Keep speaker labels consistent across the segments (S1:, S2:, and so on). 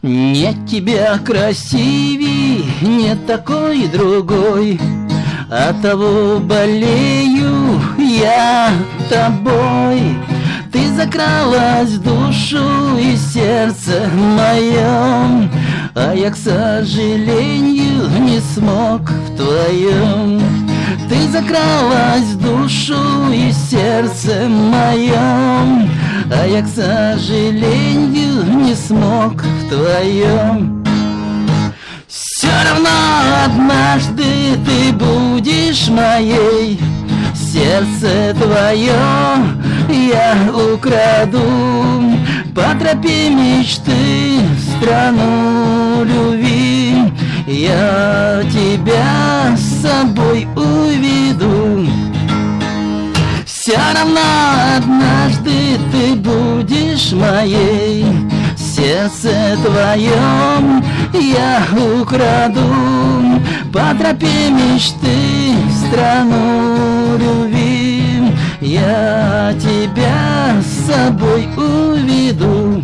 S1: Нет тебя красивей, нет такой другой. Оттого болею я тобой. Ты закралась в душу и сердце мое, а я, к сожалению, не смог в твоем. Ты закралась в душу и сердце мое, а я, к сожалению, не смог в твоем. Все равно однажды ты будешь моей. Сердце твое я украду по тропе мечты в страну любви. Я тебя с собой уведу. Все равно однажды ты будешь моей. Сердце твое я украду по тропе мечты в страну любви. Я тебя с собой уведу.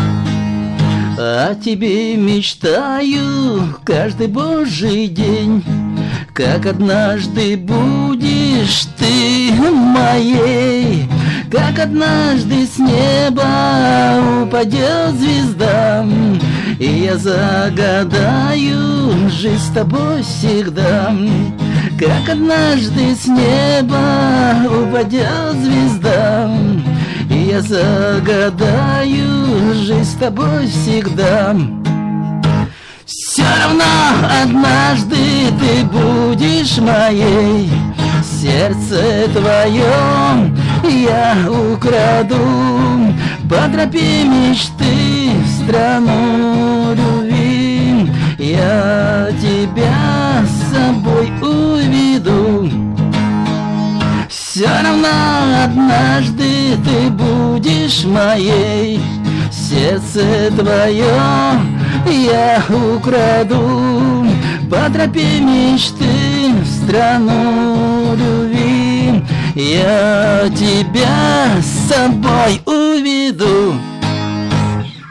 S1: О тебе мечтаю каждый божий день, как однажды будешь ты моей, как однажды с неба упадет звезда, и я загадаю жизнь с тобой всегда. Как однажды с неба упадет звезда, и я загадаю жизнь с тобой всегда. Все равно однажды ты будешь моей. Сердце твое я украду по тропе мечты в страну любви. Я тебя с собой уведу. Все равно однажды ты будешь моей. Сердце твое я украду по тропе мечты в страну любви. Я тебя с собой уведу.